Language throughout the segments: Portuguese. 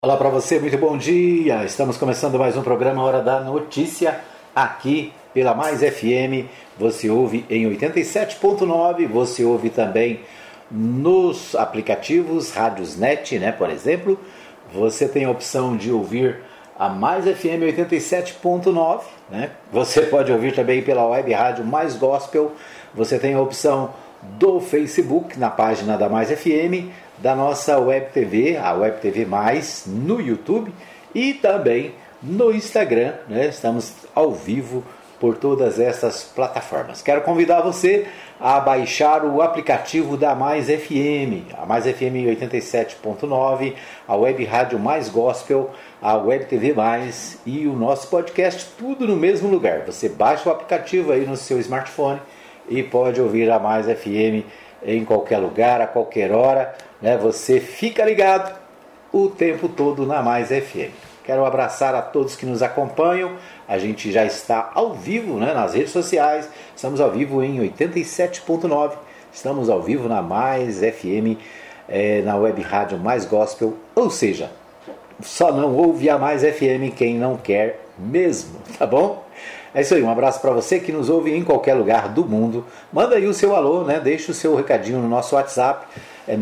Olá para você, muito bom dia. Estamos começando mais um programa Hora da Notícia aqui pela Mais FM. Você ouve em 87.9, você ouve também nos aplicativos Rádiosnet, né, por exemplo. Você tem a opção de ouvir a Mais FM 87.9, né? Você pode ouvir também pela web rádio Mais Gospel. Você tem a opção do Facebook na página da Mais FM, da nossa Web TV, a Web TV Mais, no YouTube e também no Instagram, né? Estamos ao vivo por todas essas plataformas. Quero convidar você a baixar o aplicativo da Mais FM, a Mais FM 87.9, a Web Rádio Mais Gospel, a Web TV Mais e o nosso podcast, tudo no mesmo lugar. Você baixa o aplicativo aí no seu smartphone e pode ouvir a Mais FM em qualquer lugar, a qualquer hora, né? Você fica ligado o tempo todo na Mais FM. Quero abraçar a todos que nos acompanham. A gente já está ao vivo, né, nas redes sociais. Estamos ao vivo em 87.9. Estamos ao vivo na Mais FM, na Web Rádio Mais Gospel. Ou seja, só não ouve a Mais FM quem não quer mesmo, tá bom? É isso aí, um abraço para você que nos ouve em qualquer lugar do mundo. Manda aí o seu alô, né? Deixa o seu recadinho no nosso WhatsApp, é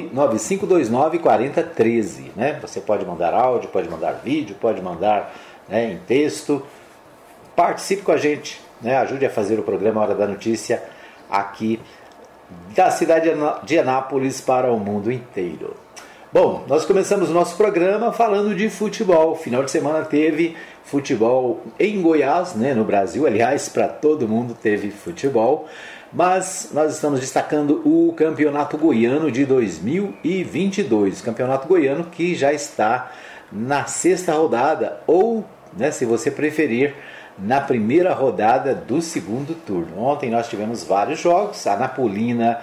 995294013, né? Você pode mandar áudio, pode mandar vídeo, pode mandar, né, em texto. Participe com a gente, né? Ajude a fazer o programa Hora da Notícia aqui da cidade de Anápolis para o mundo inteiro. Bom, nós começamos o nosso programa falando de futebol. Final de semana teve futebol em Goiás, né, no Brasil. Aliás, para todo mundo teve futebol. Mas nós estamos destacando o Campeonato Goiano de 2022. Campeonato Goiano que já está na sexta rodada ou, né, se você preferir, na primeira rodada do segundo turno. Ontem nós tivemos vários jogos. A Anapolina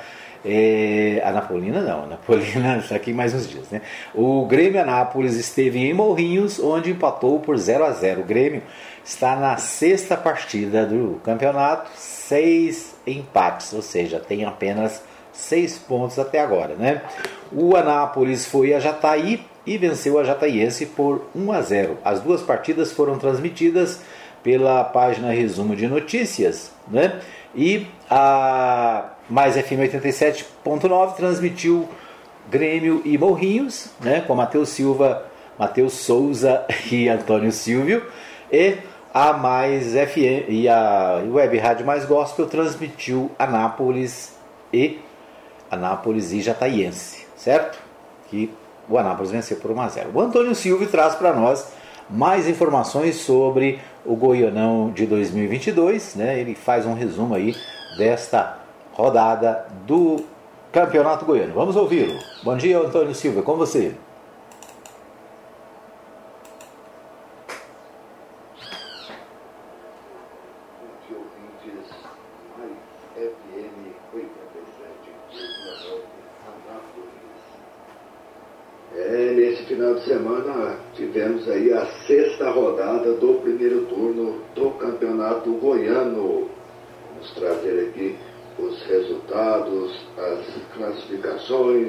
está aqui mais uns dias, né? O Grêmio Anápolis esteve em Morrinhos, onde empatou por 0-0. O Grêmio está na sexta partida do campeonato, 6 empates, ou seja, tem apenas 6 pontos até agora, né? O Anápolis foi a Jataí e venceu a Jataiense por 1-0. As duas partidas foram transmitidas pela página Resumo de Notícias, né? E a Mais FM 87.9 transmitiu Grêmio e Morrinhos, né, com Matheus Souza e Antônio Silvio, e a Mais FM e a Web Rádio Mais Gospel transmitiu Anápolis e Jataiense, certo? Que o Anápolis venceu por 1-0. O Antônio Silvio traz para nós mais informações sobre o Goianão de 2022, né? Ele faz um resumo aí desta rodada do Campeonato Goiano. Vamos ouvi-lo. Bom dia, Antônio Silva, com você. Nesse final de semana tivemos aí a sexta rodada do primeiro turno do Campeonato Goiano. Vamos trazer aqui os resultados, as classificações,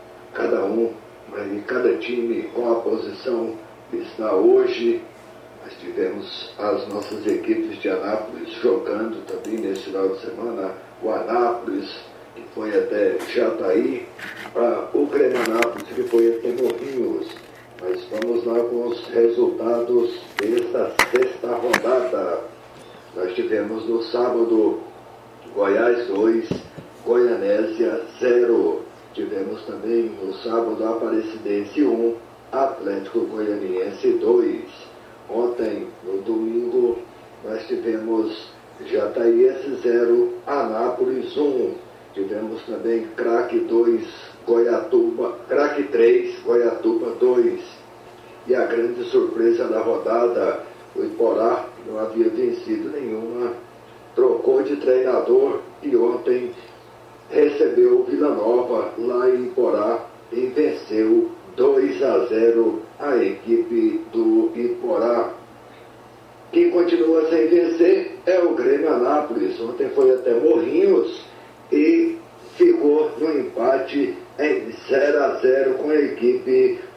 cada time com a posição que está hoje. Nós tivemos as nossas equipes de Anápolis jogando também nesse final de semana. O Anápolis, que foi até Jataí, o Grêmio Anápolis, que foi até Morrinhos. Mas vamos lá com os resultados desta sexta rodada. Nós tivemos no sábado Goiás 2, Goianésia 0. Tivemos também no sábado Aparecidense 1, Atlético Goianiense 2. Ontem, no domingo, nós tivemos Jataiense 0, Anápolis 1. Tivemos também Craque 2, Craque 3, Goiatuba 2. E a grande surpresa da rodada, o Iporá, que não havia vencido nenhuma, trocou de treinador e ontem recebeu o Vila Nova lá em Iporá e venceu 2-0 a equipe do Iporá. Quem continua sem vencer é o Grêmio Anápolis. Ontem foi até Morrinhos e ficou no empate em 0-0 com a equipe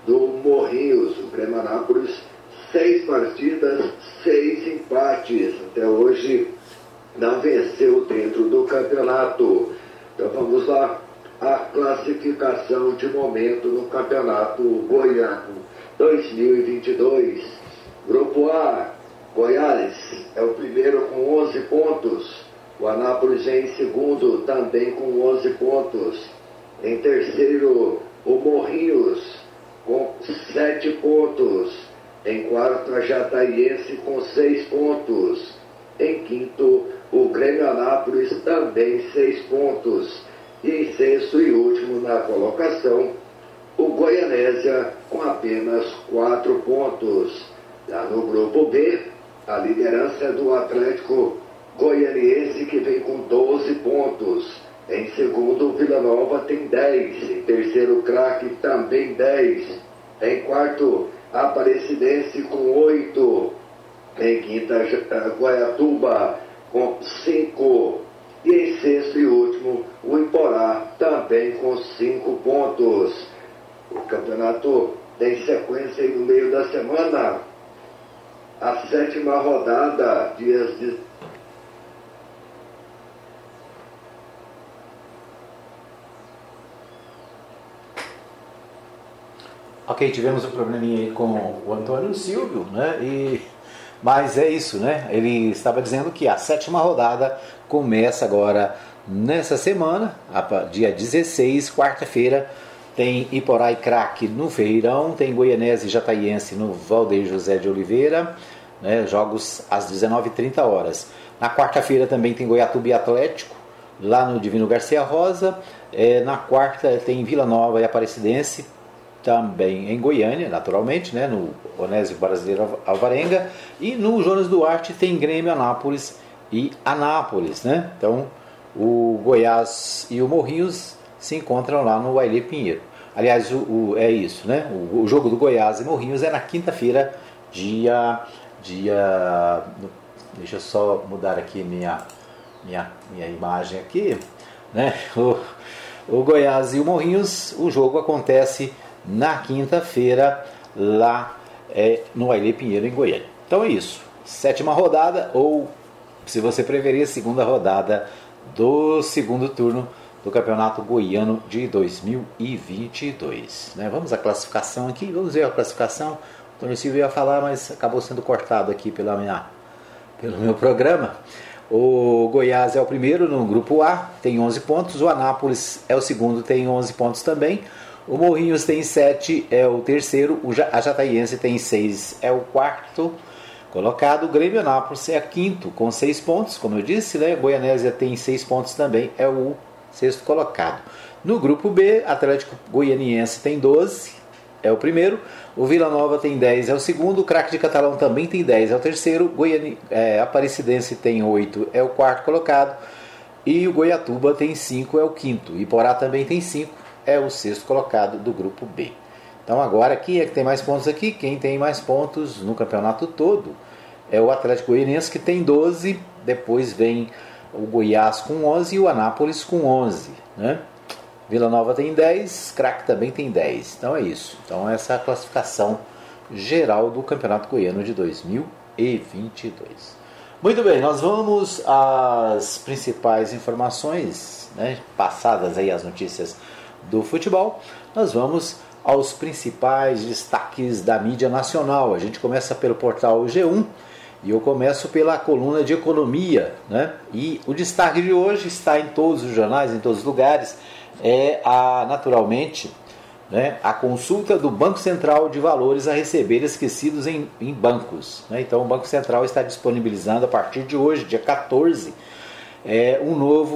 do Morrinhos. O Grêmio Anápolis, 6 partidas, 6 empates. Até hoje não venceu dentro do campeonato. Então vamos lá, a classificação de momento no Campeonato Goiano 2022. Grupo A, Goiás é o primeiro com 11 pontos. O Anápolis é em segundo, também com 11 pontos. Em terceiro, o Morrinhos, com 7 pontos. Em quarto, a Jataiense, com 6 pontos. Em quinto, o Grêmio Anápolis, também 6 pontos. E em sexto e último na colocação, o Goianésia, com apenas 4 pontos. Já no grupo B, a liderança é do Atlético Goianiense, que vem com 12 pontos. Em segundo, o Vila Nova tem 10. Em terceiro, o Craque, também 10. Em quarto, a Aparecidense com 8. Em quinta, Goiatuba com 5. E em sexto e último, o Iporá, também com 5 pontos. O campeonato tem sequência aí no meio da semana. A 7ª rodada, dias de... Ok, tivemos um probleminha aí com o Antônio Silvio, né? Mas é isso, né? Ele estava dizendo que a 7ª rodada começa agora nessa semana, dia 16, quarta-feira. Tem Iporá e Craque no Feirão, tem Goianese e Jataiense no Valdeir José de Oliveira, né? Jogos às 19h30. Na quarta-feira também tem Goiatuba e Atlético, lá no Divino Garcia Rosa. Na quarta tem Vila Nova e Aparecidense, também em Goiânia, naturalmente, né? No Onésio Brasileiro Alvarenga. E no Jonas Duarte tem Grêmio Anápolis e Anápolis, né? Então o Goiás e o Morrinhos se encontram lá no Wailê Pinheiro. Aliás, é isso, né? O jogo do Goiás e Morrinhos é na quinta-feira, dia... Deixa eu só mudar aqui minha imagem aqui, né? O Goiás e o Morrinhos, o jogo acontece na quinta-feira lá no Wailê Pinheiro, em Goiânia. Então é isso. 7ª rodada, ou se você preferir, 2ª rodada do segundo turno do Campeonato Goiano de 2022. Né? Vamos à classificação aqui, vamos ver a classificação. O Antônio Silva ia falar, mas acabou sendo cortado aqui pelo meu programa. O Goiás é o primeiro no grupo A, tem 11 pontos. O Anápolis é o segundo, tem 11 pontos também. O Morrinhos tem 7, é o terceiro. A Jataiense tem 6, é o quarto colocado. O Grêmio Anápolis é o quinto, com 6 pontos, como eu disse, né? Goianésia tem 6 pontos também, é o sexto colocado. No grupo B, Atlético Goianiense tem 12, é o primeiro. O Vila Nova tem 10, é o segundo. O Craque de Catalão também tem 10, é o terceiro. Aparecidense tem 8, é o quarto colocado. E o Goiatuba tem 5, é o quinto. Iporá também tem 5, é o sexto colocado do grupo B. Então agora, quem é que tem mais pontos aqui? Quem tem mais pontos no campeonato todo é o Atlético Goianiense, que tem 12. Depois vem o Goiás com 11 e o Anápolis com 11, né? Vila Nova tem 10, Craque também tem 10. Então é isso. Então essa é a classificação geral do Campeonato Goiano de 2022. Muito bem, nós vamos às principais informações, né, passadas aí as notícias do futebol. Nós vamos aos principais destaques da mídia nacional. A gente começa pelo portal G1 e eu começo pela coluna de economia, né? E o destaque de hoje está em todos os jornais, em todos os lugares. Naturalmente, né, a consulta do Banco Central de valores a receber esquecidos em bancos, né? Então o Banco Central está disponibilizando a partir de hoje, dia 14, um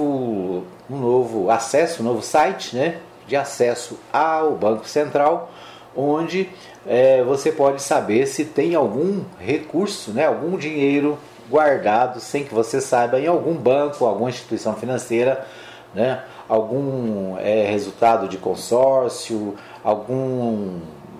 novo acesso, um novo site, né, de acesso ao Banco Central, onde você pode saber se tem algum recurso, né, algum dinheiro guardado sem que você saiba em algum banco, alguma instituição financeira, né, algum resultado de consórcio, algum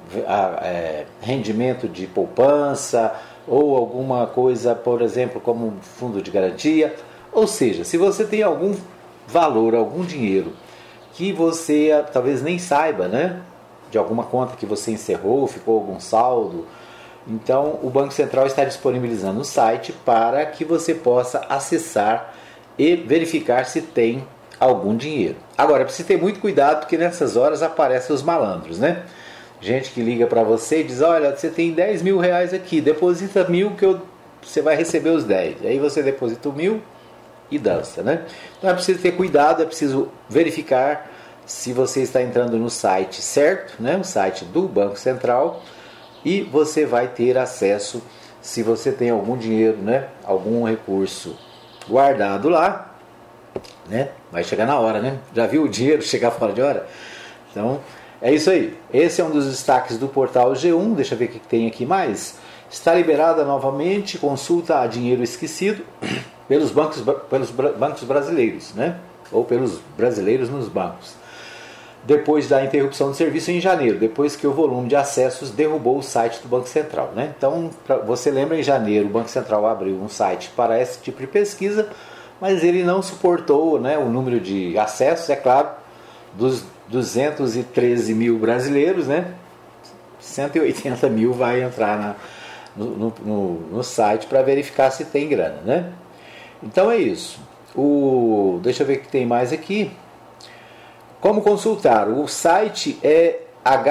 rendimento de poupança ou alguma coisa, por exemplo, como um fundo de garantia. Ou seja, se você tem algum valor, algum dinheiro que você talvez nem saiba, né, de alguma conta que você encerrou, ficou algum saldo. Então o Banco Central está disponibilizando o site para que você possa acessar e verificar se tem algum dinheiro. Agora, precisa ter muito cuidado, porque nessas horas aparecem os malandros, né? Gente que liga para você e diz, olha, você tem 10 mil reais aqui, deposita 1.000 que você vai receber os 10. Aí você deposita o 1.000 e dança, né? Então é preciso ter cuidado, é preciso verificar se você está entrando no site certo, né? O site do Banco Central, e você vai ter acesso, se você tem algum dinheiro, né? Algum recurso guardado lá, né? Vai chegar na hora, né? Já viu o dinheiro chegar fora de hora? Então, é isso aí. Esse é um dos destaques do portal G1. Deixa eu ver o que tem aqui mais. Está liberada novamente consulta a dinheiro esquecido pelos bancos brasileiros, né? Ou pelos brasileiros nos bancos. Depois da interrupção do serviço em janeiro, depois que o volume de acessos derrubou o site do Banco Central, né? Então, você lembra, em janeiro o Banco Central abriu um site para esse tipo de pesquisa, mas ele não suportou, né, o número de acessos, é claro, dos 213 mil brasileiros, né? 180 mil vai entrar no site para verificar se tem grana, né? Então é isso. Deixa eu ver o que tem mais aqui. Como consultar? O site é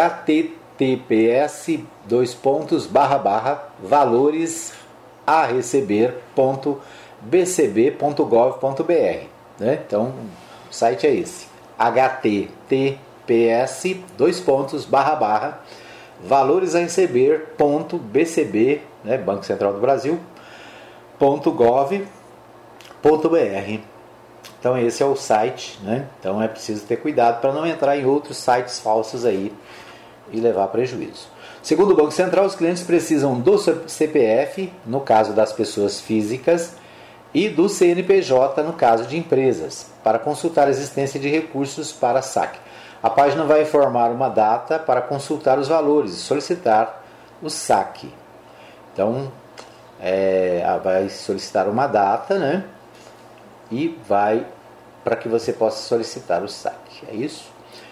https://valores-a-receber.bcb.gov.br, né? Então o site é esse, https://valores-a-receber.bcb, né, Banco Central do Brasil, .gov.br. Então esse é o site, né? Então é preciso ter cuidado para não entrar em outros sites falsos aí e levar prejuízo. Segundo o Banco Central, os clientes precisam do CPF, no caso das pessoas físicas, e do CNPJ, no caso de empresas, para consultar a existência de recursos para saque. A página vai informar uma data para consultar os valores e solicitar o saque. Então, vai solicitar uma data, né? E vai para que você possa solicitar o saque. É isso?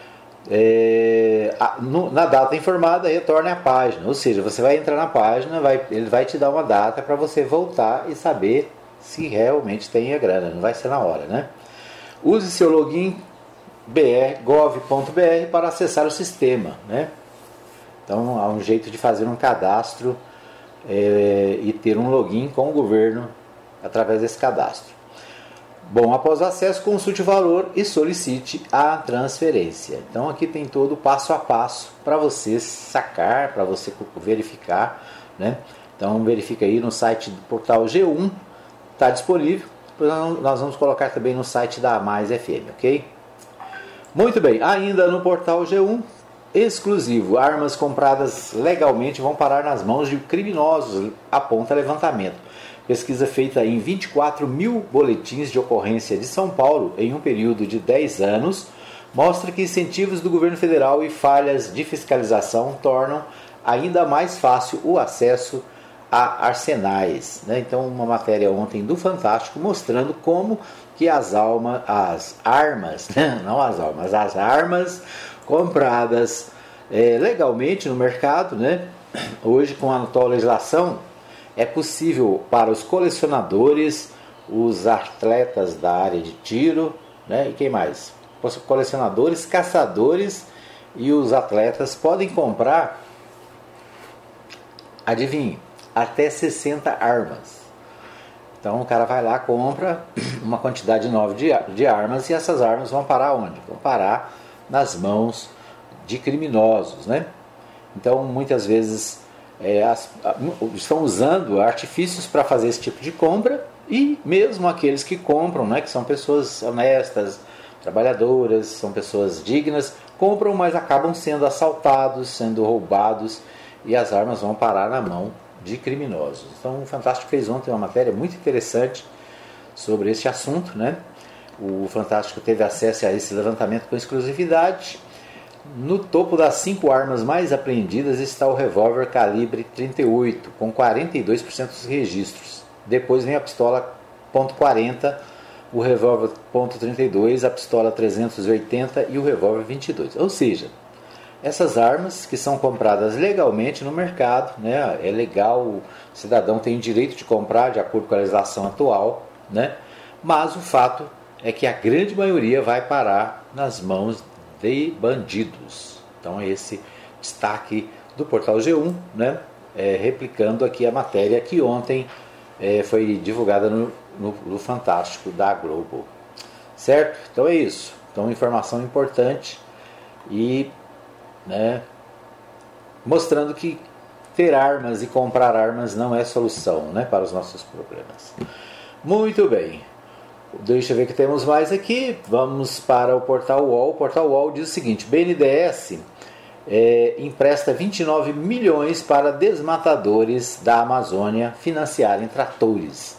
Na data informada, retorne à página. Ou seja, você vai entrar na página, ele vai te dar uma data para você voltar e saber se realmente tem a grana. Não vai ser na hora, né? Use seu login gov.br para acessar o sistema, né? Então há um jeito de fazer um cadastro e ter um login com o governo através desse cadastro. Bom, após o acesso, consulte o valor e solicite a transferência. Então aqui tem todo o passo a passo para você sacar, para você verificar, né? Então verifica aí no site do portal G1, está disponível. Depois nós vamos colocar também no site da Mais FM, ok? Muito bem, ainda no portal G1, exclusivo, armas compradas legalmente vão parar nas mãos de criminosos, aponta levantamento. Pesquisa feita em 24 mil boletins de ocorrência de São Paulo em um período de 10 anos mostra que incentivos do governo federal e falhas de fiscalização tornam ainda mais fácil o acesso a arsenais, né? Então, uma matéria ontem do Fantástico mostrando como que as armas compradas legalmente no mercado, né? Hoje, com a atual legislação, é possível para os colecionadores, os atletas da área de tiro, né? E quem mais? Os colecionadores, caçadores e os atletas podem comprar, adivinhe, até 60 armas. Então o cara vai lá, compra uma quantidade nova de armas, e essas armas vão parar onde? Vão parar nas mãos de criminosos, né? Então muitas vezes estão usando artifícios para fazer esse tipo de compra, e mesmo aqueles que compram, né, que são pessoas honestas, trabalhadoras, são pessoas dignas, compram, mas acabam sendo assaltados, sendo roubados, e as armas vão parar na mão de criminosos. Então o Fantástico fez ontem uma matéria muito interessante sobre esse assunto, né? O Fantástico teve acesso a esse levantamento com exclusividade. No topo das 5 armas mais apreendidas está o revólver calibre 38, com 42% dos registros. Depois vem a pistola .40, o revólver .32, a pistola 380 e o revólver 22. Ou seja, essas armas que são compradas legalmente no mercado, né? É legal, o cidadão tem direito de comprar de acordo com a legislação atual, né? Mas o fato é que a grande maioria vai parar nas mãos de bandidos. Então é esse destaque do portal G1, né? Replicando aqui a matéria que ontem foi divulgada no Fantástico da Globo. Certo? Então é isso. Então informação importante e, né, mostrando que ter armas e comprar armas não é solução, né, para os nossos problemas. Muito bem. Deixa eu ver o que temos mais aqui. Vamos para o Portal UOL. O Portal UOL diz o seguinte: BNDES empresta 29 milhões para desmatadores da Amazônia financiarem tratores.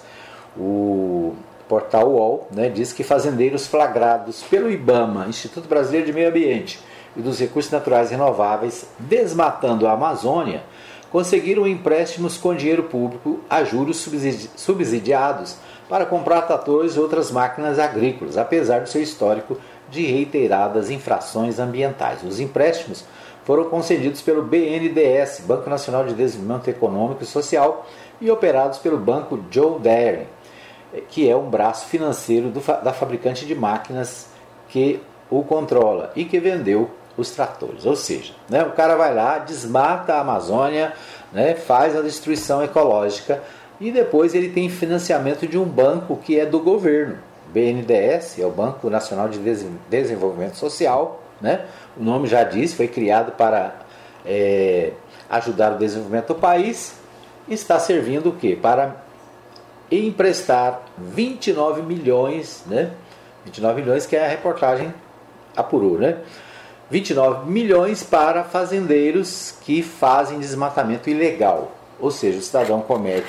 O Portal UOL, né, diz que fazendeiros flagrados pelo IBAMA, Instituto Brasileiro de Meio Ambiente e dos Recursos Naturais Renováveis, desmatando a Amazônia, conseguiram empréstimos com dinheiro público a juros subsidiados para comprar tratores e outras máquinas agrícolas, apesar do seu histórico de reiteradas infrações ambientais. Os empréstimos foram concedidos pelo BNDES, Banco Nacional de Desenvolvimento Econômico e Social, e operados pelo Banco John Deere, que é um braço financeiro da fabricante de máquinas que o controla e que vendeu os tratores. Ou seja, né, o cara vai lá, desmata a Amazônia, né, faz a destruição ecológica e depois ele tem financiamento de um banco que é do governo. BNDES é o Banco Nacional de Desenvolvimento Social, né? O nome já diz, foi criado para ajudar o desenvolvimento do país. Está servindo o quê? Para emprestar 29 milhões, né? 29 milhões que a reportagem apurou, né? 29 milhões para fazendeiros que fazem desmatamento ilegal. Ou seja, o cidadão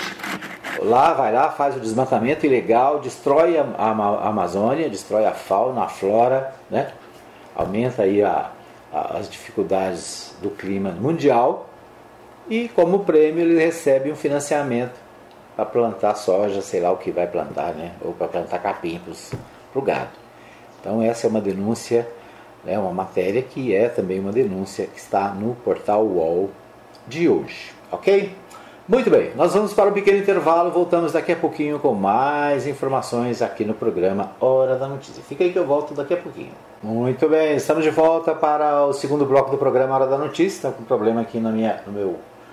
vai lá, faz o desmatamento ilegal, destrói a Amazônia, destrói a fauna, a flora, né? Aumenta aí as dificuldades do clima mundial e, como prêmio, ele recebe um financiamento para plantar soja, sei lá o que vai plantar, né? Ou para plantar capim para o gado. Então essa é uma denúncia, né? Uma matéria que é também uma denúncia que está no portal UOL de hoje, ok? Muito bem, nós vamos para um pequeno intervalo, voltamos daqui a pouquinho com mais informações aqui no programa Hora da Notícia. Fica aí que eu volto daqui a pouquinho. Muito bem, estamos de volta para o segundo bloco do programa Hora da Notícia. Estou com um problema aqui no meu...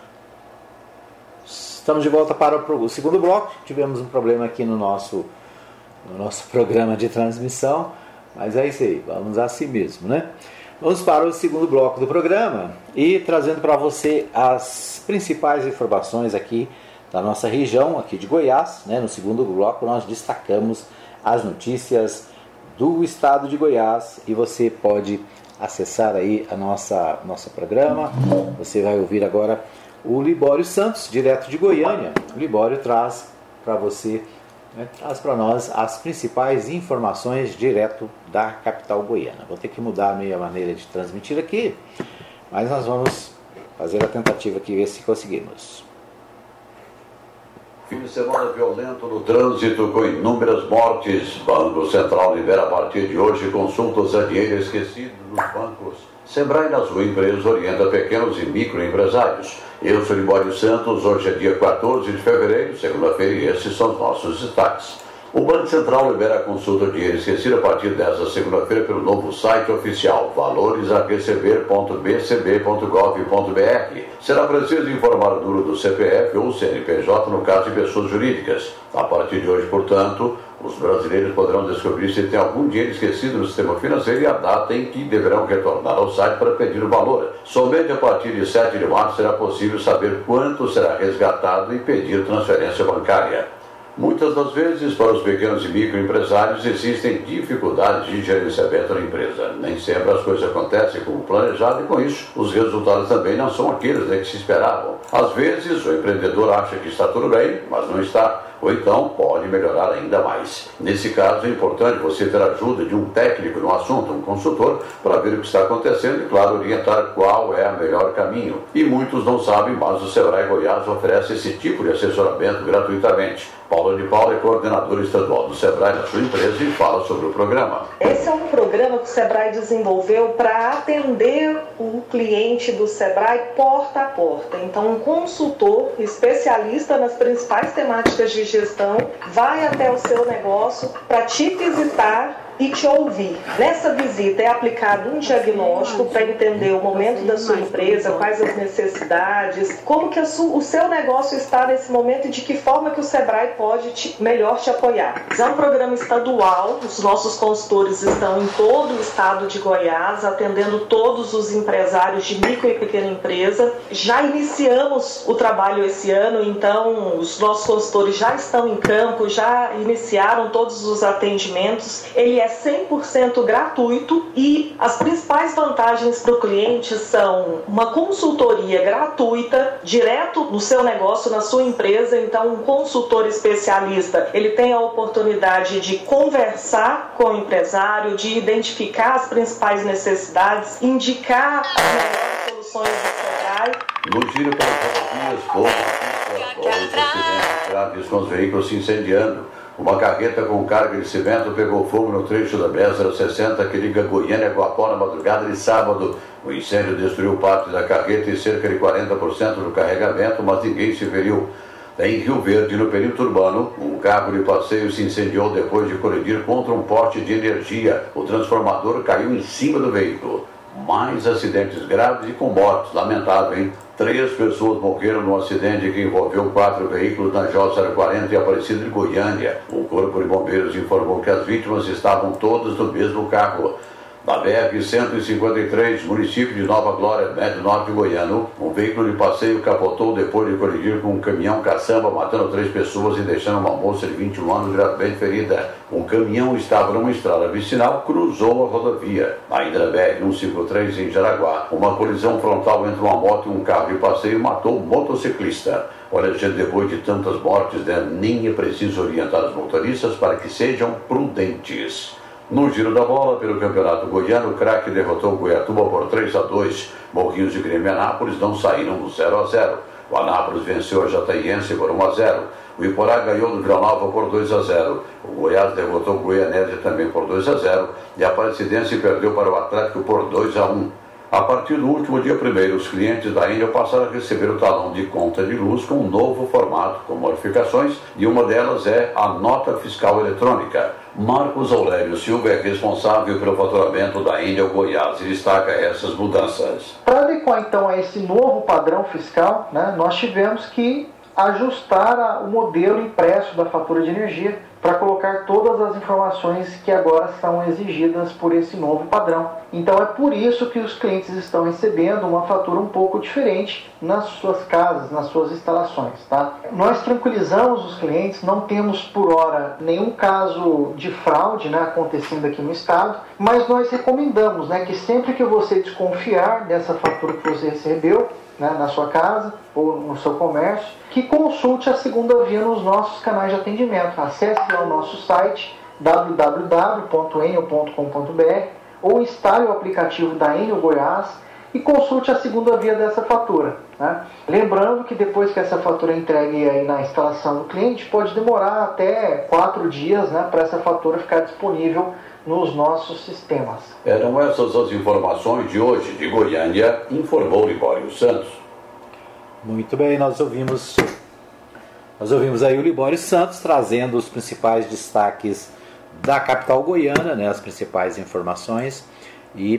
Estamos de volta para o segundo bloco. Tivemos um problema aqui no nosso programa de transmissão, mas é isso aí, vamos assim mesmo, né? Vamos para o segundo bloco do programa e trazendo para você as principais informações aqui da nossa região, aqui de Goiás, né? No segundo bloco nós destacamos as notícias do estado de Goiás e você pode acessar aí a nosso programa. Você vai ouvir agora o Libório Santos, direto de Goiânia. O Libório traz para você, né, traz para nós as principais informações direto da capital goiana. Vou ter que mudar a minha maneira de transmitir aqui, mas nós vamos fazer a tentativa aqui, ver se conseguimos. Fim de semana violento no trânsito com inúmeras mortes. Banco Central libera a partir de hoje consultas a dinheiro esquecido nos bancos. Sebrae na sua empresa orienta pequenos e microempresários. Eu sou Libório Santos, hoje é dia 14 de fevereiro, segunda-feira, e esses são os nossos destaques. O Banco Central libera a consulta de dinheiro esquecido a partir desta segunda-feira pelo novo site oficial, valoresaperceber.bcb.gov.br. Será preciso informar o número do CPF ou CNPJ no caso de pessoas jurídicas. A partir de hoje, portanto, os brasileiros poderão descobrir se tem algum dinheiro esquecido no sistema financeiro e a data em que deverão retornar ao site para pedir o valor. Somente a partir de 7 de março será possível saber quanto será resgatado e pedir transferência bancária. Muitas das vezes, para os pequenos e microempresários, existem dificuldades de gerenciamento na empresa. Nem sempre as coisas acontecem como planejado e, com isso, os resultados também não são aqueles que se esperavam. Às vezes, o empreendedor acha que está tudo bem, mas não está. Ou então pode melhorar ainda mais. Nesse caso, é importante você ter a ajuda de um técnico no assunto, um consultor, para ver o que está acontecendo e, claro, orientar qual é o melhor caminho. E muitos não sabem, mas o Sebrae Goiás oferece esse tipo de assessoramento gratuitamente. Paula de Paula é coordenadora estadual do SEBRAE na sua empresa e fala sobre o programa. Esse é um programa que o SEBRAE desenvolveu para atender o cliente do SEBRAE porta a porta. Então, um consultor especialista nas principais temáticas de gestão vai até o seu negócio para te visitar e te ouvir. Nessa visita é aplicado um diagnóstico para entender o momento da sua empresa, quais as necessidades, como que o seu negócio está nesse momento e de que forma que o SEBRAE pode melhor te apoiar. É um programa estadual, os nossos consultores estão em todo o estado de Goiás, atendendo todos os empresários de micro e pequena empresa. Já iniciamos o trabalho esse ano, então os nossos consultores já estão em campo, já iniciaram todos os atendimentos. Ele é 100% gratuito e as principais vantagens para o cliente são uma consultoria gratuita, direto no seu negócio, na sua empresa. Então, um consultor especialista, ele tem a oportunidade de conversar com o empresário, de identificar as principais necessidades, indicar as melhores soluções do SEBRAE. No giro pelas rodovias, acidentes graves com os veículos se incendiando. Uma carreta com carga de cimento pegou fogo no trecho da BR-060 que liga Goiânia a Guapó na madrugada de sábado. O incêndio destruiu parte da carreta e cerca de 40% do carregamento, mas ninguém se feriu. Em Rio Verde, no perímetro urbano, um carro de passeio se incendiou depois de colidir contra um poste de energia. O transformador caiu em cima do veículo. Mais acidentes graves e com mortes, lamentável, hein? 3 pessoas morreram num acidente que envolveu 4 veículos na J040 e Aparecida de Goiânia. O Corpo de Bombeiros informou que as vítimas estavam todas no mesmo carro. Na BR-153, município de Nova Glória, médio norte goiano, um veículo de passeio capotou depois de colidir com um caminhão caçamba, matando 3 pessoas e deixando uma moça de 21 anos gravemente ferida. Um caminhão estava numa estrada vicinal, cruzou a rodovia. Ainda na BR-153, em Jaraguá, uma colisão frontal entre uma moto e um carro de passeio matou um motociclista. Olha, gente, depois de tantas mortes, nem é preciso orientar os motoristas para que sejam prudentes. No giro da bola, pelo Campeonato Goiano, o Craque derrotou o Goiatuba por 3-2. Morrinhos de Grêmio e Anápolis não saíram do 0-0. O Anápolis venceu a Jataiense por 1-0. O Iporá ganhou do Vila Nova por 2-0. O Goiás derrotou o Goianésia também por 2-0. E a Aparecidense perdeu para o Atlético por 2-1. A partir do último dia 1º, os clientes da Enel passaram a receber o talão de conta de luz com um novo formato, com modificações, e uma delas é a nota fiscal eletrônica. Marcos Aurélio Silva é responsável pelo faturamento da Enel Goiás e destaca essas mudanças. Para adequar então a esse novo padrão fiscal, nós tivemos que ajustar o modelo impresso da fatura de energia para colocar todas as informações que agora são exigidas por esse novo padrão. Então é por isso que os clientes estão recebendo uma fatura um pouco diferente nas suas casas, nas suas instalações. Tá? Nós tranquilizamos os clientes, não temos por hora nenhum caso de fraude acontecendo aqui no estado, mas nós recomendamos que sempre que você desconfiar dessa fatura que você recebeu, na sua casa ou no seu comércio, que consulte a segunda via nos nossos canais de atendimento. Acesse lá o nosso site www.enel.com.br ou instale o aplicativo da Enel Goiás e consulte a segunda via dessa fatura. Lembrando que depois que essa fatura é entregue aí na instalação do cliente, pode demorar até 4 dias para essa fatura ficar disponível nos nossos sistemas. Eram essas as informações de hoje de Goiânia, informou Libório Santos. Muito bem, nós ouvimos aí o Libório Santos trazendo os principais destaques da capital goiana, as principais informações e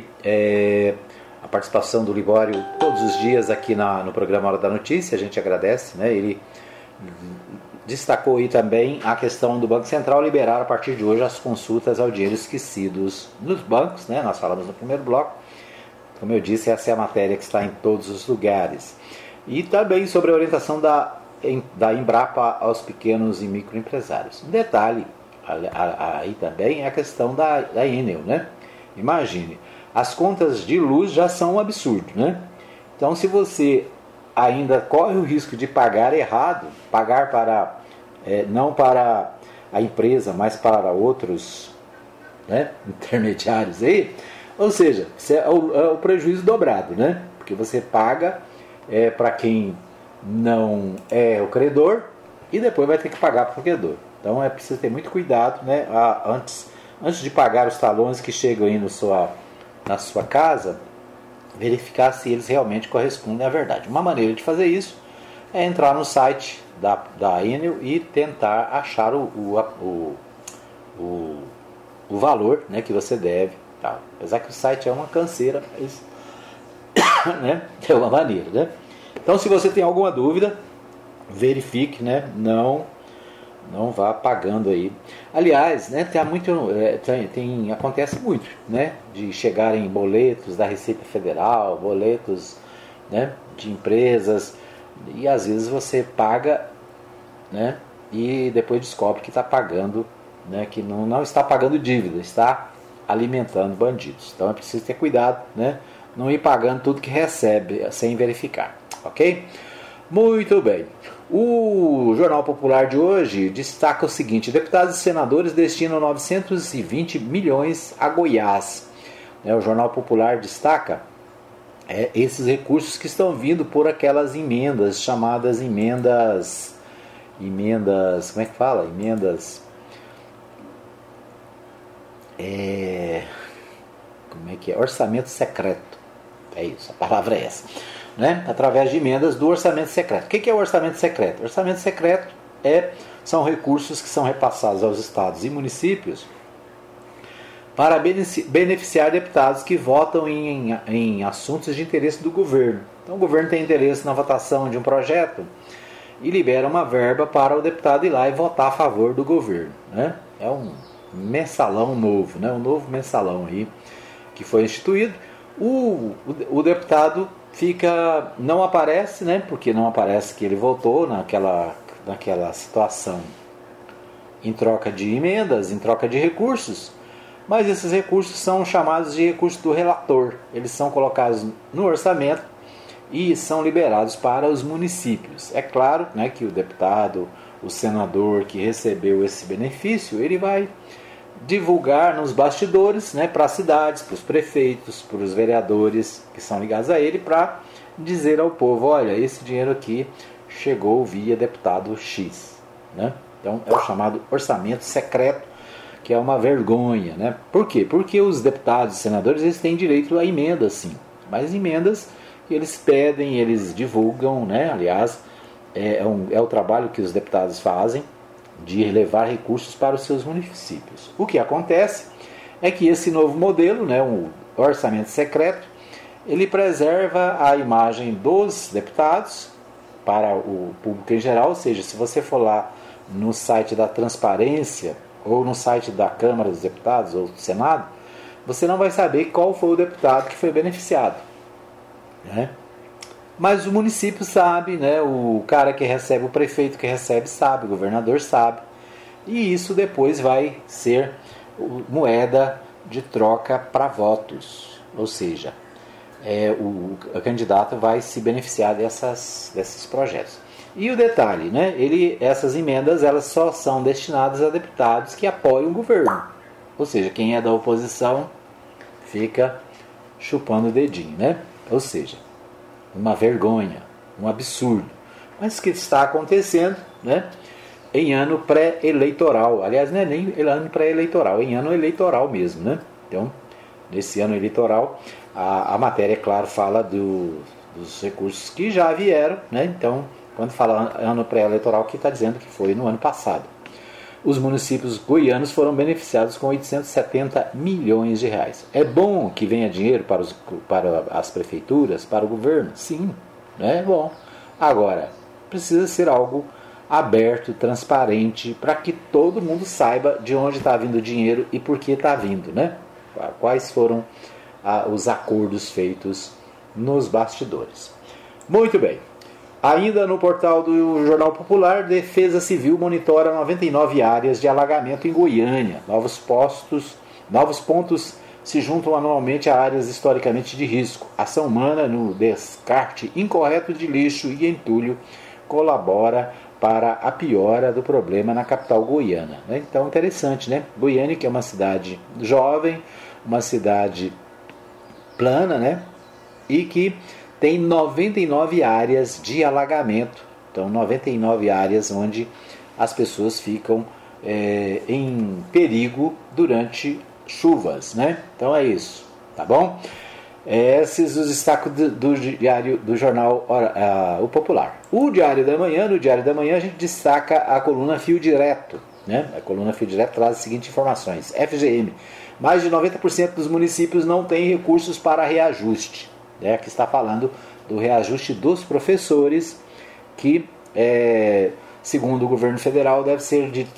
a participação do Libório todos os dias aqui no programa Hora da Notícia, a gente agradece, ele destacou aí também a questão do Banco Central liberar a partir de hoje as consultas ao dinheiro esquecidos nos bancos, nós falamos no primeiro bloco. Como eu disse, essa é a matéria que está em todos os lugares. E também sobre a orientação da Embrapa aos pequenos e microempresários. Um detalhe aí também é a questão da Enel, Imagine, as contas de luz já são um absurdo, Então, se você ainda corre o risco de pagar errado, pagar não para a empresa, mas para outros intermediários aí, ou seja, é o prejuízo dobrado, porque você paga para quem não é o credor, e depois vai ter que pagar para o provedor. Então é preciso ter muito cuidado, né? Antes de pagar os talões que chegam aí na sua casa, verificar se eles realmente correspondem à verdade. Uma maneira de fazer isso é entrar no site da Enel e tentar achar o valor, né, que você deve. Tá? Apesar que o site é uma canseira, mas né, é uma maneira. Né? Então, se você tem alguma dúvida, verifique, né, não vá pagando aí. Aliás, né, acontece muito, né, de chegarem boletos da Receita Federal, boletos, né, de empresas, e às vezes você paga, né, e depois descobre que está pagando, né, que não está pagando dívida, está alimentando bandidos. Então é preciso ter cuidado, né, não ir pagando tudo que recebe sem verificar, ok? Muito bem. O Jornal Popular de hoje destaca o seguinte: deputados e senadores destinam 920 milhões a Goiás. O Jornal Popular destaca esses recursos que estão vindo por aquelas emendas chamadas emendas, como é que fala? Como é que é? Orçamento secreto. É isso, a palavra é essa. Né? Através de emendas do orçamento secreto. O que é o orçamento secreto? O orçamento secreto são recursos que são repassados aos estados e municípios para beneficiar deputados que votam em assuntos de interesse do governo. Então o governo tem interesse na votação de um projeto e libera uma verba para o deputado ir lá e votar a favor do governo. Né? É um mensalão novo, né? Um novo mensalão aí que foi instituído. O deputado não aparece, né? Porque não aparece que ele votou naquela situação em troca de emendas, em troca de recursos, mas esses recursos são chamados de recursos do relator. Eles são colocados no orçamento e são liberados para os municípios. É claro, né, que o deputado, o senador que recebeu esse benefício, ele vai divulgar nos bastidores, né, para as cidades, para os prefeitos, para os vereadores que são ligados a ele, para dizer ao povo: olha, esse dinheiro aqui chegou via deputado X. Né? Então é o chamado orçamento secreto, que é uma vergonha. Né? Por quê? Porque os deputados e senadores eles têm direito a emendas, sim, mas emendas que eles pedem, eles divulgam, né? Aliás, é o trabalho que os deputados fazem, de levar recursos para os seus municípios. O que acontece é que esse novo modelo, né, o orçamento secreto, ele preserva a imagem dos deputados para o público em geral. Ou seja, se você for lá no site da Transparência ou no site da Câmara dos Deputados ou do Senado, você não vai saber qual foi o deputado que foi beneficiado. Né? Mas o município sabe, né? O cara que recebe, o prefeito que recebe sabe, o governador sabe. E isso depois vai ser moeda de troca para votos. Ou seja, o candidato vai se beneficiar desses projetos. E o detalhe, né? Essas emendas elas só são destinadas a deputados que apoiam o governo. Ou seja, quem é da oposição fica chupando o dedinho, né? Ou seja, uma vergonha, um absurdo. Mas que está acontecendo, né, em ano pré-eleitoral. Aliás, não é nem ano pré-eleitoral, é em ano eleitoral mesmo. Né? Então, nesse ano eleitoral, a matéria, é claro, fala dos recursos que já vieram. Né? Então, quando fala ano pré-eleitoral, que está dizendo que foi no ano passado. Os municípios goianos foram beneficiados com 870 milhões de reais. É bom que venha dinheiro para as prefeituras, para o governo? Sim, é bom. Agora, precisa ser algo aberto, transparente, para que todo mundo saiba de onde está vindo o dinheiro e por que está vindo, né? Quais foram os acordos feitos nos bastidores. Muito bem. Ainda no portal do Jornal Popular, Defesa Civil monitora 99 áreas de alagamento em Goiânia. Novos pontos se juntam anualmente a áreas historicamente de risco. Ação humana no descarte incorreto de lixo e entulho colabora para a piora do problema na capital goiana. Então, interessante, né? Goiânia, que é uma cidade jovem, uma cidade plana, né? E que tem 99 áreas de alagamento Então, 99 áreas onde as pessoas ficam em perigo durante chuvas, né? Então é isso, tá bom? Esses os destaques do diário do jornal O Popular. No Diário da Manhã a gente destaca a coluna Fio Direto, né? A coluna Fio Direto traz as seguintes informações. FGM, mais de 90% dos municípios não têm recursos para reajuste, né? Aqui está falando do reajuste dos professores, que segundo o governo federal deve ser de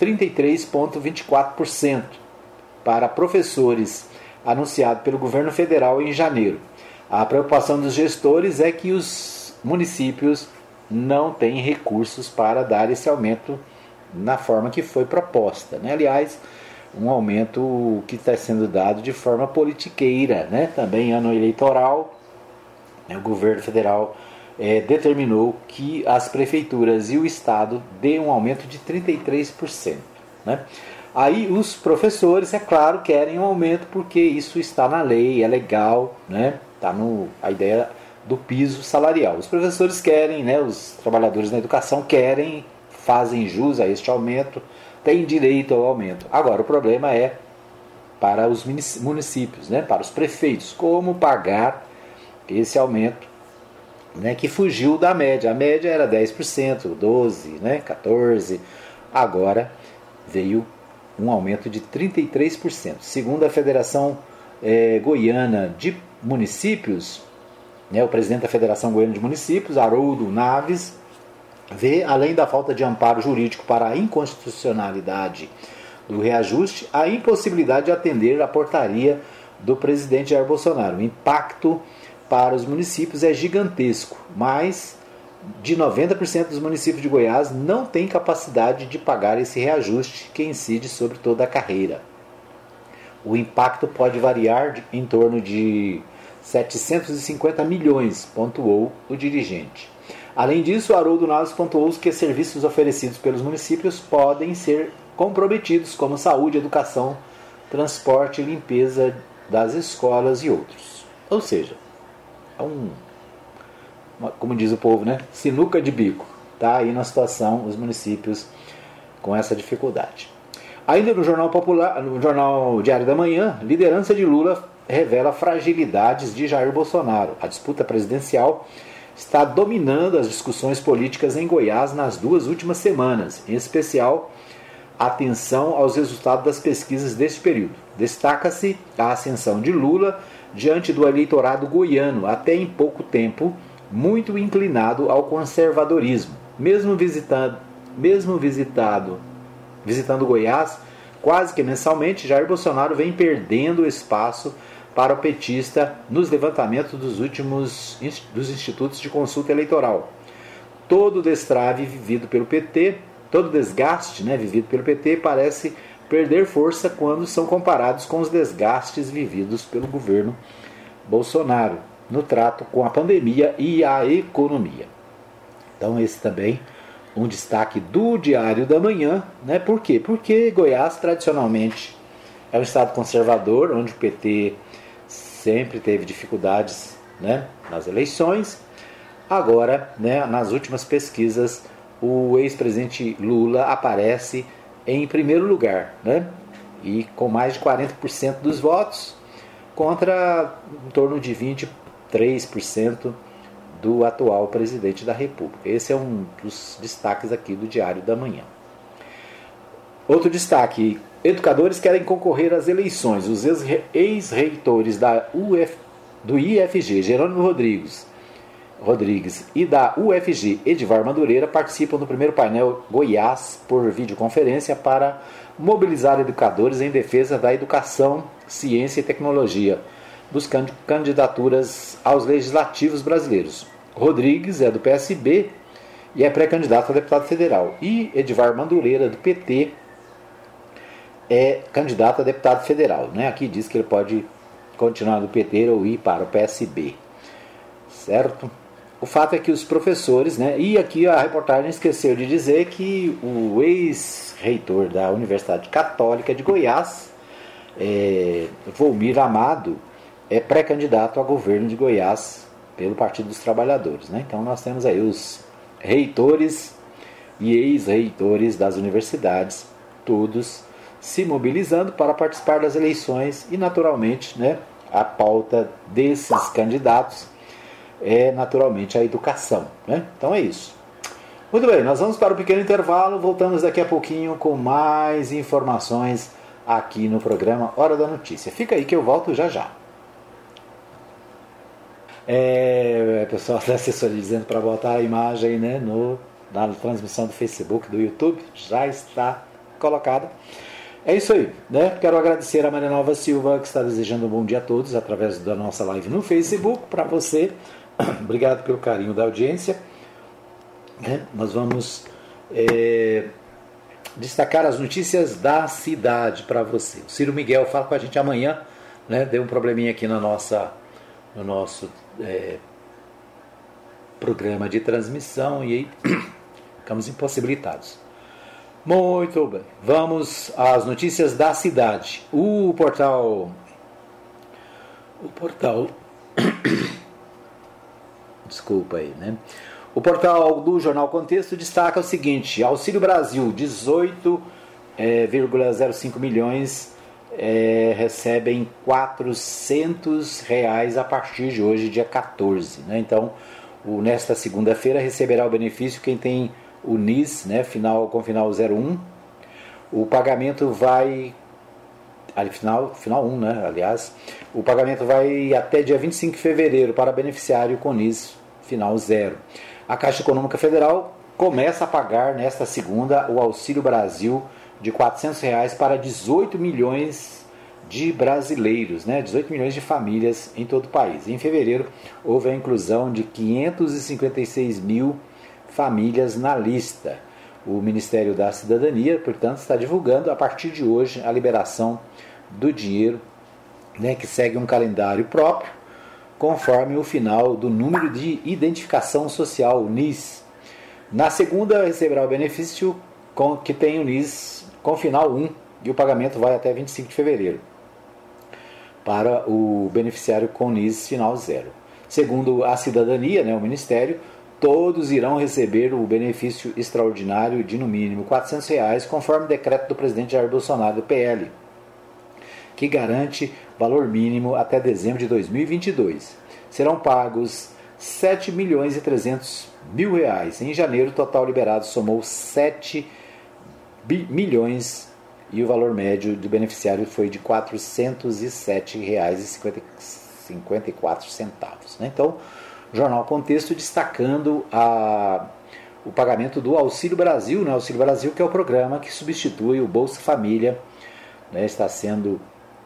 33,24% para professores, anunciado pelo governo federal em janeiro. A preocupação dos gestores é que os municípios não têm recursos para dar esse aumento na forma que foi proposta, né? Aliás, um aumento que está sendo dado de forma politiqueira, né? Também ano eleitoral, né? O governo federal determinou que as prefeituras e o estado dêem um aumento de 33%, né? Aí os professores, é claro, querem um aumento porque isso está na lei, é legal, né? Está a ideia do piso salarial. Os professores querem, né? Os trabalhadores na educação querem, fazem jus a este aumento, têm direito ao aumento. Agora, o problema é para os municípios, né? Para os prefeitos, como pagar esse aumento, né? Que fugiu da média. A média era 10%, 12%, né? 14%. Agora veio um aumento de 33%. Segundo a Federação Goiana de Municípios, né, o presidente da Federação Goiana de Municípios, Haroldo Naves, vê, além da falta de amparo jurídico para a inconstitucionalidade do reajuste, a impossibilidade de atender a portaria do presidente Jair Bolsonaro. O impacto para os municípios é gigantesco, mas de 90% dos municípios de Goiás não tem capacidade de pagar esse reajuste que incide sobre toda a carreira. O impacto pode variar em torno de 750 milhões, pontuou o dirigente. Além disso, Haroldo Naves pontuou que serviços oferecidos pelos municípios podem ser comprometidos, como saúde, educação, transporte, limpeza das escolas e outros. Ou seja, é como diz o povo, né? Sinuca de bico. Está aí na situação os municípios com essa dificuldade. Ainda no Jornal Popular, no Jornal Diário da Manhã, liderança de Lula revela fragilidades de Jair Bolsonaro. A disputa presidencial está dominando as discussões políticas em Goiás nas 2 últimas semanas, em especial atenção aos resultados das pesquisas deste período. Destaca-se a ascensão de Lula diante do eleitorado goiano, até em pouco tempo, muito inclinado ao conservadorismo. Mesmo visitando Goiás, quase que mensalmente, Jair Bolsonaro vem perdendo espaço para o petista nos levantamentos dos institutos de consulta eleitoral. Todo o destrave vivido pelo PT, todo o desgaste, né, vivido pelo PT parece perder força quando são comparados com os desgastes vividos pelo governo Bolsonaro no trato com a pandemia e a economia. Então esse também um destaque do Diário da Manhã, né? Por quê? Porque Goiás tradicionalmente é um estado conservador, onde o PT sempre teve dificuldades, né, nas eleições. Agora, né, nas últimas pesquisas, o ex-presidente Lula aparece em primeiro lugar, né, e com mais de 40% dos votos, contra em torno de 23% do atual presidente da República. Esse é um dos destaques aqui do Diário da Manhã. Outro destaque: educadores querem concorrer às eleições. Os ex-reitores do IFG, Jerônimo Rodrigues, e da UFG, Edivar Madureira, participam do primeiro painel Goiás por videoconferência para mobilizar educadores em defesa da educação, ciência e tecnologia, buscando candidaturas aos legislativos brasileiros. Rodrigues é do PSB e é pré-candidato a deputado federal. E Edivar Madureira, do PT, é candidato a deputado federal, né? Aqui diz que ele pode continuar no PT ou ir para o PSB, certo? O fato é que os professores, né? E aqui a reportagem esqueceu de dizer que o ex-reitor da Universidade Católica de Goiás, Volmir Amado, é pré-candidato a governo de Goiás pelo Partido dos Trabalhadores, né? Então nós temos aí os reitores e ex-reitores das universidades, todos se mobilizando para participar das eleições e, naturalmente, né, a pauta desses candidatos é, naturalmente, a educação. Né? Então é isso. Muito bem, nós vamos para um pequeno intervalo, voltamos daqui a pouquinho com mais informações aqui no programa Hora da Notícia. Fica aí que eu volto já já. Pessoal da assessoria dizendo para botar a imagem, né, na transmissão do Facebook, do YouTube, já está colocada. É isso aí, né? Quero agradecer a Maria Nova Silva, que está desejando um bom dia a todos através da nossa live no Facebook. Para você, obrigado pelo carinho da audiência. Nós vamos destacar as notícias da cidade para você. O Ciro Miguel fala com a gente amanhã, né? Deu um probleminha aqui no nosso programa de transmissão e aí ficamos impossibilitados. Muito bem, vamos às notícias da cidade. O portal desculpa aí, né? O portal do Jornal Contexto destaca o seguinte: Auxílio Brasil, 18,05 milhões recebem R$400 a partir de hoje, dia 14. Né? Então, nesta segunda-feira receberá o benefício quem tem o NIS, né, com final 01. O pagamento vai... Final 1, né, aliás. O pagamento vai até dia 25 de fevereiro para beneficiário com NIS final 0. A Caixa Econômica Federal começa a pagar nesta segunda o Auxílio Brasil de R$400 para 18 milhões de brasileiros, né? 18 milhões de famílias em todo o país. Em fevereiro, houve a inclusão de 556 mil famílias na lista. O Ministério da Cidadania, portanto, está divulgando a partir de hoje a liberação do dinheiro, né, que segue um calendário próprio, conforme o final do número de identificação social, NIS. Na segunda, receberá o benefício que tem o NIS com final 1 e o pagamento vai até 25 de fevereiro para o beneficiário com NIS final 0. Segundo a Cidadania, né, o Ministério, todos irão receber o benefício extraordinário de no mínimo R$400, conforme o decreto do presidente Jair Bolsonaro do PL, que garante valor mínimo até dezembro de 2022. Serão pagos R$7.300.000. Em janeiro, o total liberado somou 7 milhões e o valor médio do beneficiário foi de R$407,54. Então, Jornal Contexto destacando o pagamento do Auxílio Brasil, né? Auxílio Brasil, que é o programa que substitui o Bolsa Família, né? Está sendo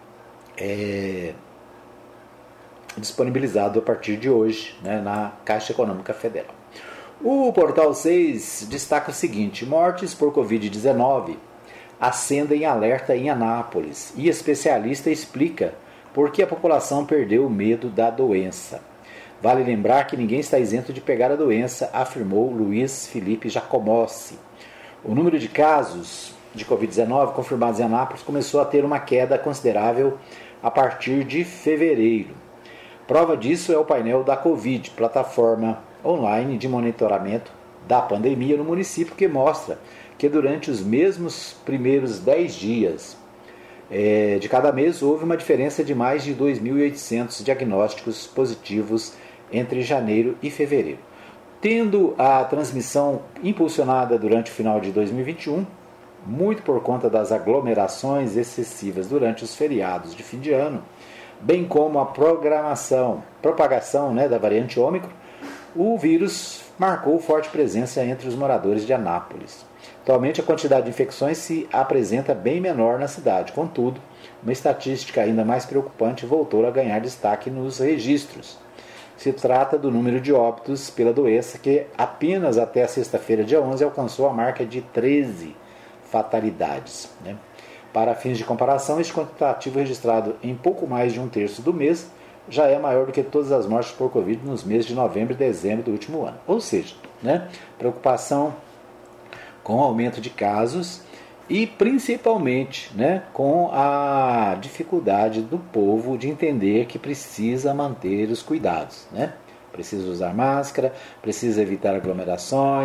disponibilizado a partir de hoje, né? Na Caixa Econômica Federal. O Portal 6 destaca o seguinte: mortes por Covid-19 acendem alerta em Anápolis e especialista explica por que a população perdeu o medo da doença. Vale lembrar que ninguém está isento de pegar a doença, afirmou Luiz Felipe Jacomossi. O número de casos de Covid-19 confirmados em Anápolis começou a ter uma queda considerável a partir de fevereiro. Prova disso é o painel da Covid, plataforma online de monitoramento da pandemia no município, que mostra que durante os mesmos primeiros 10 dias de cada mês houve uma diferença de mais de 2.800 diagnósticos positivos entre janeiro e fevereiro. Tendo a transmissão impulsionada durante o final de 2021, muito por conta das aglomerações excessivas durante os feriados de fim de ano, bem como a propagação, né, da variante Ômicron, o vírus marcou forte presença entre os moradores de Anápolis. Atualmente, a quantidade de infecções se apresenta bem menor na cidade. Contudo, uma estatística ainda mais preocupante voltou a ganhar destaque nos registros. Se trata do número de óbitos pela doença, que apenas até a sexta-feira, dia 11, alcançou a marca de 13 fatalidades. Né? Para fins de comparação, este quantitativo registrado em pouco mais de um terço do mês já é maior do que todas as mortes por Covid nos meses de novembro e dezembro do último ano. Ou seja, né, preocupação com o aumento de casos e principalmente, né, com a dificuldade do povo de entender que precisa manter os cuidados. Né? Precisa usar máscara, precisa evitar aglomerações,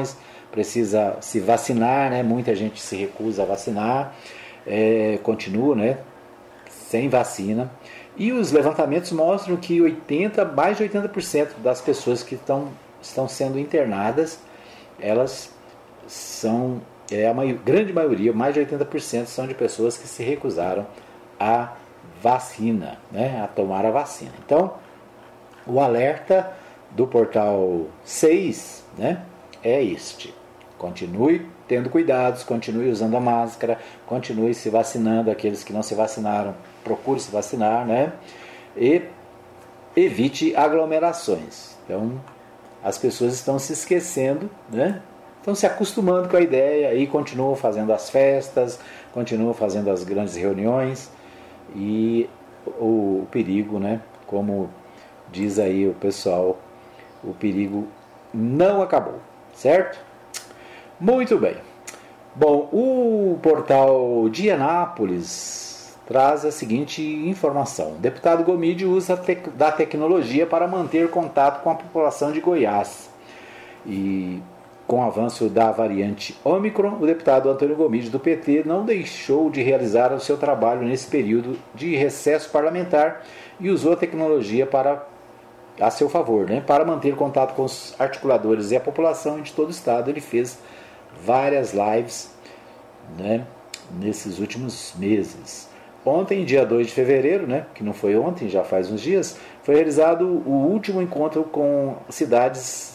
precisa se vacinar, né? Muita gente se recusa a vacinar, continua, né? Sem vacina. E os levantamentos mostram que mais de 80% das pessoas que estão sendo internadas, elas são, grande maioria, mais de 80% são de pessoas que se recusaram a vacina, né, a tomar a vacina. Então, o alerta do portal 6, né, é este: continue tendo cuidados, continue usando a máscara, continue se vacinando. Aqueles que não se vacinaram, procure se vacinar, né, e evite aglomerações. Então, as pessoas estão se esquecendo, né, estão se acostumando com a ideia e continuam fazendo as festas, continuam fazendo as grandes reuniões. E o perigo, né, como diz aí o pessoal, o perigo não acabou, certo? Muito bem. Bom, o portal de Anápolis traz a seguinte informação: o deputado Gomide usa da tecnologia para manter contato com a população de Goiás. E com o avanço da variante Ômicron, o deputado Antônio Gomide, do PT, não deixou de realizar o seu trabalho nesse período de recesso parlamentar e usou a tecnologia a seu favor, né, para manter contato com os articuladores e a população de todo o estado. Ele fez várias lives, né, nesses últimos meses. Ontem, dia 2 de fevereiro, né, que não foi ontem, já faz uns dias, foi realizado o último encontro com cidades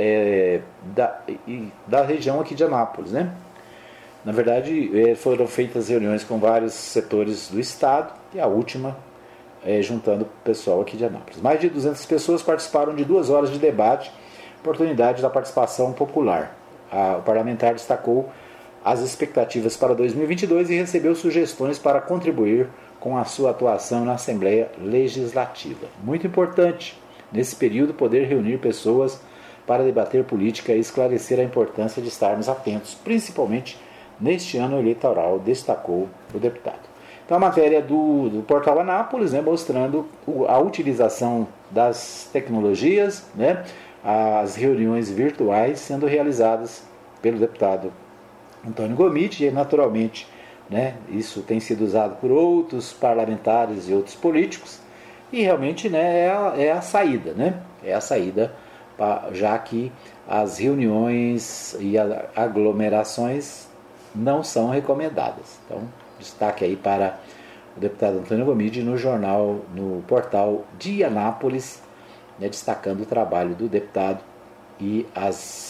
da região aqui de Anápolis, né? Na verdade, foram feitas reuniões com vários setores do estado e a última juntando o pessoal aqui de Anápolis. Mais de 200 pessoas participaram de 2 horas de debate, oportunidade da participação popular. O parlamentar destacou as expectativas para 2022 e recebeu sugestões para contribuir com a sua atuação na Assembleia Legislativa. Muito importante, nesse período, poder reunir pessoas para debater política e esclarecer a importância de estarmos atentos, principalmente neste ano eleitoral, destacou o deputado. Então, a matéria do portal Anápolis, né, mostrando a utilização das tecnologias, né, as reuniões virtuais sendo realizadas pelo deputado Antônio Gomide, e naturalmente, né, isso tem sido usado por outros parlamentares e outros políticos, e realmente, né, é a saída, né, é a saída, já que as reuniões e aglomerações não são recomendadas. Então, destaque aí para o deputado Antônio Gomide no portal de Anápolis, né, destacando o trabalho do deputado e a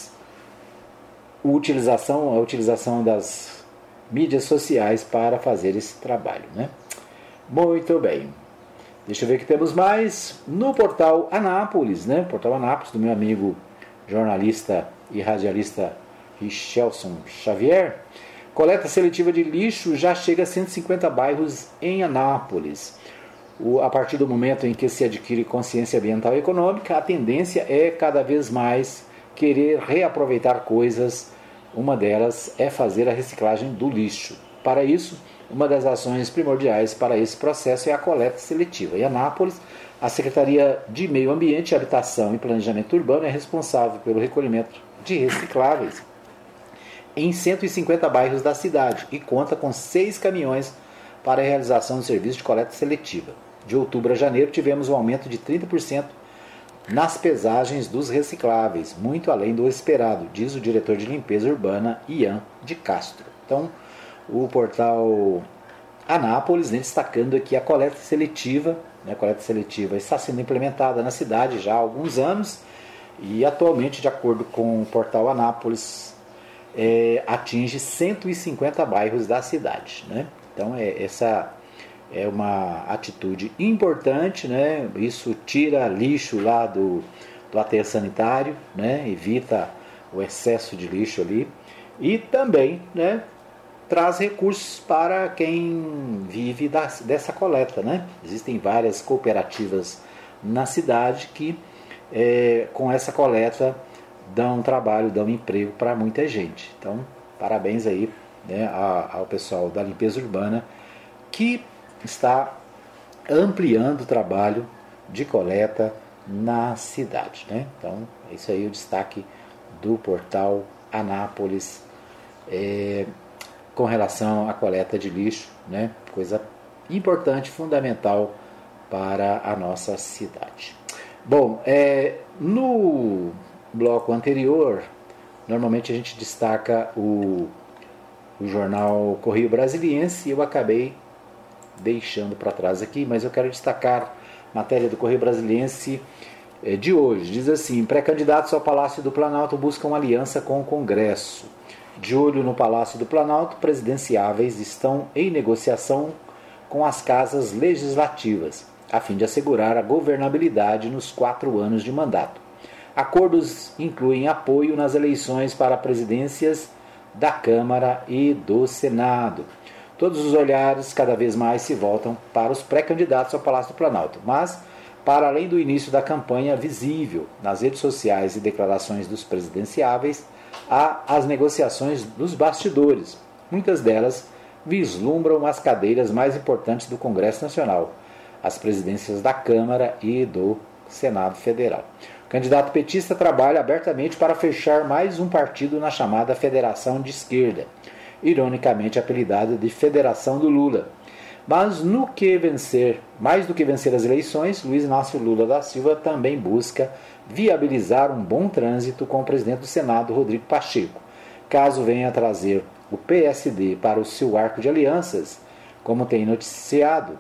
utilização das mídias sociais para fazer esse trabalho, né? Muito bem. Deixa eu ver o que temos mais no portal Anápolis, né? Portal Anápolis, do meu amigo jornalista e radialista Richelson Xavier. Coleta seletiva de lixo já chega a 150 bairros em Anápolis. A partir do momento em que se adquire consciência ambiental e econômica, a tendência é cada vez mais querer reaproveitar coisas. Uma delas é fazer a reciclagem do lixo. Para isso, uma das ações primordiais para esse processo é a coleta seletiva. Em Anápolis, a Secretaria de Meio Ambiente, Habitação e Planejamento Urbano é responsável pelo recolhimento de recicláveis em 150 bairros da cidade e conta com 6 caminhões para a realização do serviço de coleta seletiva. De outubro a janeiro, tivemos um aumento de 30% nas pesagens dos recicláveis, muito além do esperado, diz o diretor de limpeza urbana, Ian de Castro. Então, o portal Anápolis, né, destacando aqui a coleta seletiva. A coleta seletiva está sendo implementada na cidade já há alguns anos e atualmente, de acordo com o portal Anápolis, atinge 150 bairros da cidade, né? Então, essa é uma atitude importante, né? Isso tira lixo lá do aterro sanitário, né? Evita o excesso de lixo ali e também, né, traz recursos para quem vive dessa coleta, né? Existem várias cooperativas na cidade que com essa coleta dão trabalho, dão emprego para muita gente. Então, parabéns aí, né, ao pessoal da limpeza urbana que está ampliando o trabalho de coleta na cidade, né? Então, esse aí é o destaque do portal Anápolis com relação à coleta de lixo, né? Coisa importante, fundamental para a nossa cidade. Bom, no bloco anterior, normalmente a gente destaca o jornal Correio Brasiliense, e eu acabei deixando para trás aqui, mas eu quero destacar a matéria do Correio Brasiliense de hoje. Diz assim: pré-candidatos ao Palácio do Planalto buscam aliança com o Congresso. De olho no Palácio do Planalto, presidenciáveis estão em negociação com as casas legislativas, a fim de assegurar a governabilidade nos 4 anos de mandato. Acordos incluem apoio nas eleições para presidências da Câmara e do Senado. Todos os olhares cada vez mais se voltam para os pré-candidatos ao Palácio do Planalto, mas, para além do início da campanha visível nas redes sociais e declarações dos presidenciáveis, há as negociações dos bastidores. Muitas delas vislumbram as cadeiras mais importantes do Congresso Nacional, as presidências da Câmara e do Senado Federal. O candidato petista trabalha abertamente para fechar mais um partido na chamada Federação de Esquerda, ironicamente apelidada de Federação do Lula. Mas mais do que vencer as eleições, Luiz Inácio Lula da Silva também busca viabilizar um bom trânsito com o presidente do Senado, Rodrigo Pacheco. Caso venha a trazer o PSD para o seu arco de alianças, como tem negociado,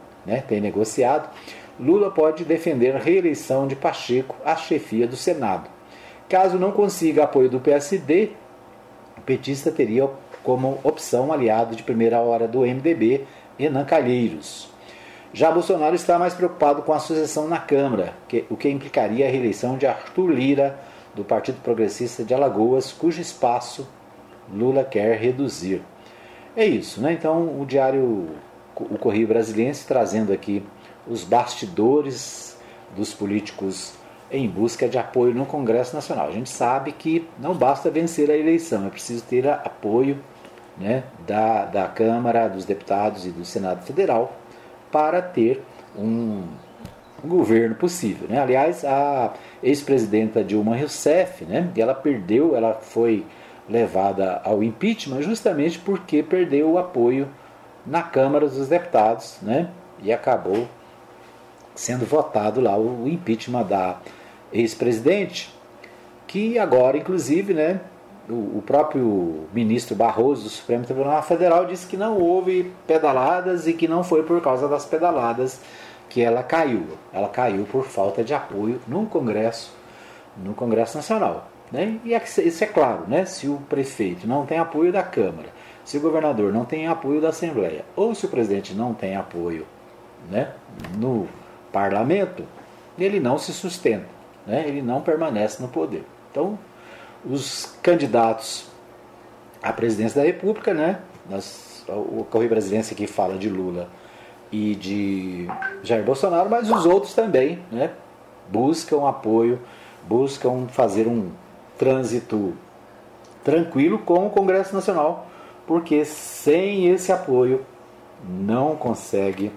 Lula pode defender a reeleição de Pacheco à chefia do Senado. Caso não consiga apoio do PSD, o petista teria como opção aliado de primeira hora do MDB, Renan Calheiros. Já Bolsonaro está mais preocupado com a sucessão na Câmara, o que implicaria a reeleição de Arthur Lira, do Partido Progressista de Alagoas, cujo espaço Lula quer reduzir. É isso, né? Então, o Correio Brasiliense trazendo aqui os bastidores dos políticos em busca de apoio no Congresso Nacional. A gente sabe que não basta vencer a eleição, é preciso ter apoio, né, da Câmara, dos deputados e do Senado Federal para ter um governo possível, né? Aliás, a ex-presidenta Dilma Rousseff, né, ela foi levada ao impeachment justamente porque perdeu o apoio na Câmara dos Deputados, né, e acabou sendo votado lá o impeachment da ex-presidente, que agora, inclusive, né, o próprio ministro Barroso do Supremo Tribunal Federal disse que não houve pedaladas e que não foi por causa das pedaladas que ela caiu. Ela caiu por falta de apoio no Congresso Nacional, né? E isso é claro, né? Se o prefeito não tem apoio da Câmara, se o governador não tem apoio da Assembleia, ou se o presidente não tem apoio, né, no parlamento, ele não se sustenta, né? Ele não permanece no poder. Então, os candidatos à presidência da República, né, o Correio Brasiliense aqui fala de Lula e de Jair Bolsonaro, mas os outros também, né, buscam apoio, buscam fazer um trânsito tranquilo com o Congresso Nacional, porque sem esse apoio não consegue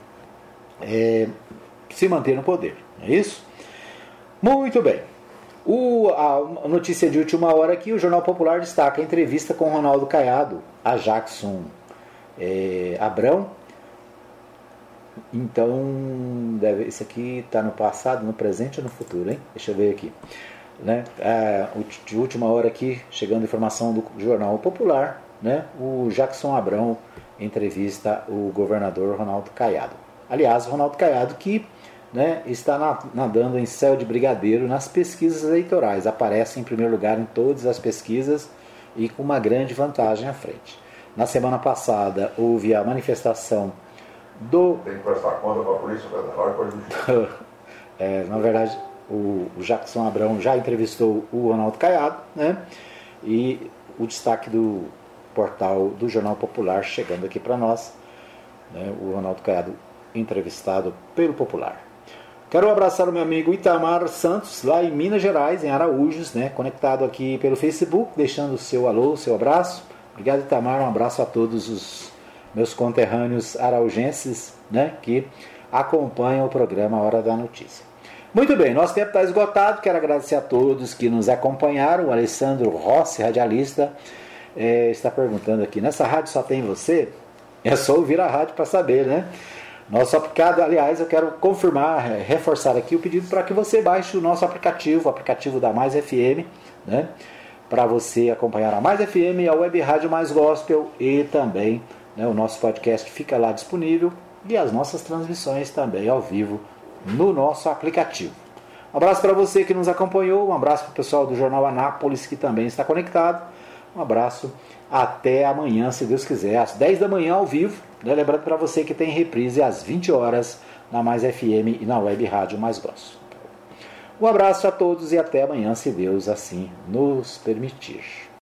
se manter no poder. Não é isso? Muito bem. A notícia de última hora aqui, o Jornal Popular destaca a entrevista com Ronaldo Caiado, a Jackson Abrão. Então, esse aqui está no passado, no presente ou no futuro, hein? Deixa eu ver aqui. Né? De última hora aqui, chegando informação do Jornal Popular, né? O Jackson Abrão entrevista o governador Ronaldo Caiado. Aliás, o Ronaldo Caiado que, né, está nadando em céu de brigadeiro nas pesquisas eleitorais, aparece em primeiro lugar em todas as pesquisas e com uma grande vantagem à frente. Na semana passada houve a manifestação do... Tem que prestar conta para a Polícia Federal e para a Justiça. Na verdade, o Jackson Abrão já entrevistou o Ronaldo Caiado, né? E o destaque do portal do Jornal Popular chegando aqui para nós, né? O Ronaldo Caiado entrevistado pelo Popular. Quero abraçar o meu amigo Itamar Santos, lá em Minas Gerais, em Araújos, né? Conectado aqui pelo Facebook, deixando o seu alô, o seu abraço. Obrigado, Itamar, um abraço a todos os meus conterrâneos araujenses, né, que acompanham o programa Hora da Notícia. Muito bem, nosso tempo está esgotado. Quero agradecer a todos que nos acompanharam. O Alessandro Rossi, radialista, está perguntando aqui: nessa rádio só tem você? É só ouvir a rádio para saber, né? Nosso aplicado, aliás, eu quero confirmar, reforçar aqui o pedido para que você baixe o nosso aplicativo, o aplicativo da Mais FM, né? Para você acompanhar a Mais FM, a Web Rádio Mais Gospel e também, né, o nosso podcast fica lá disponível e as nossas transmissões também ao vivo no nosso aplicativo. Um abraço para você que nos acompanhou, um abraço para o pessoal do Jornal Anápolis que também está conectado, um abraço, até amanhã, se Deus quiser, às 10 da manhã ao vivo, né? Lembrando para você que tem reprise às 20 horas na Mais FM e na Web Rádio Mais Grosso. Um abraço a todos e até amanhã, se Deus assim nos permitir.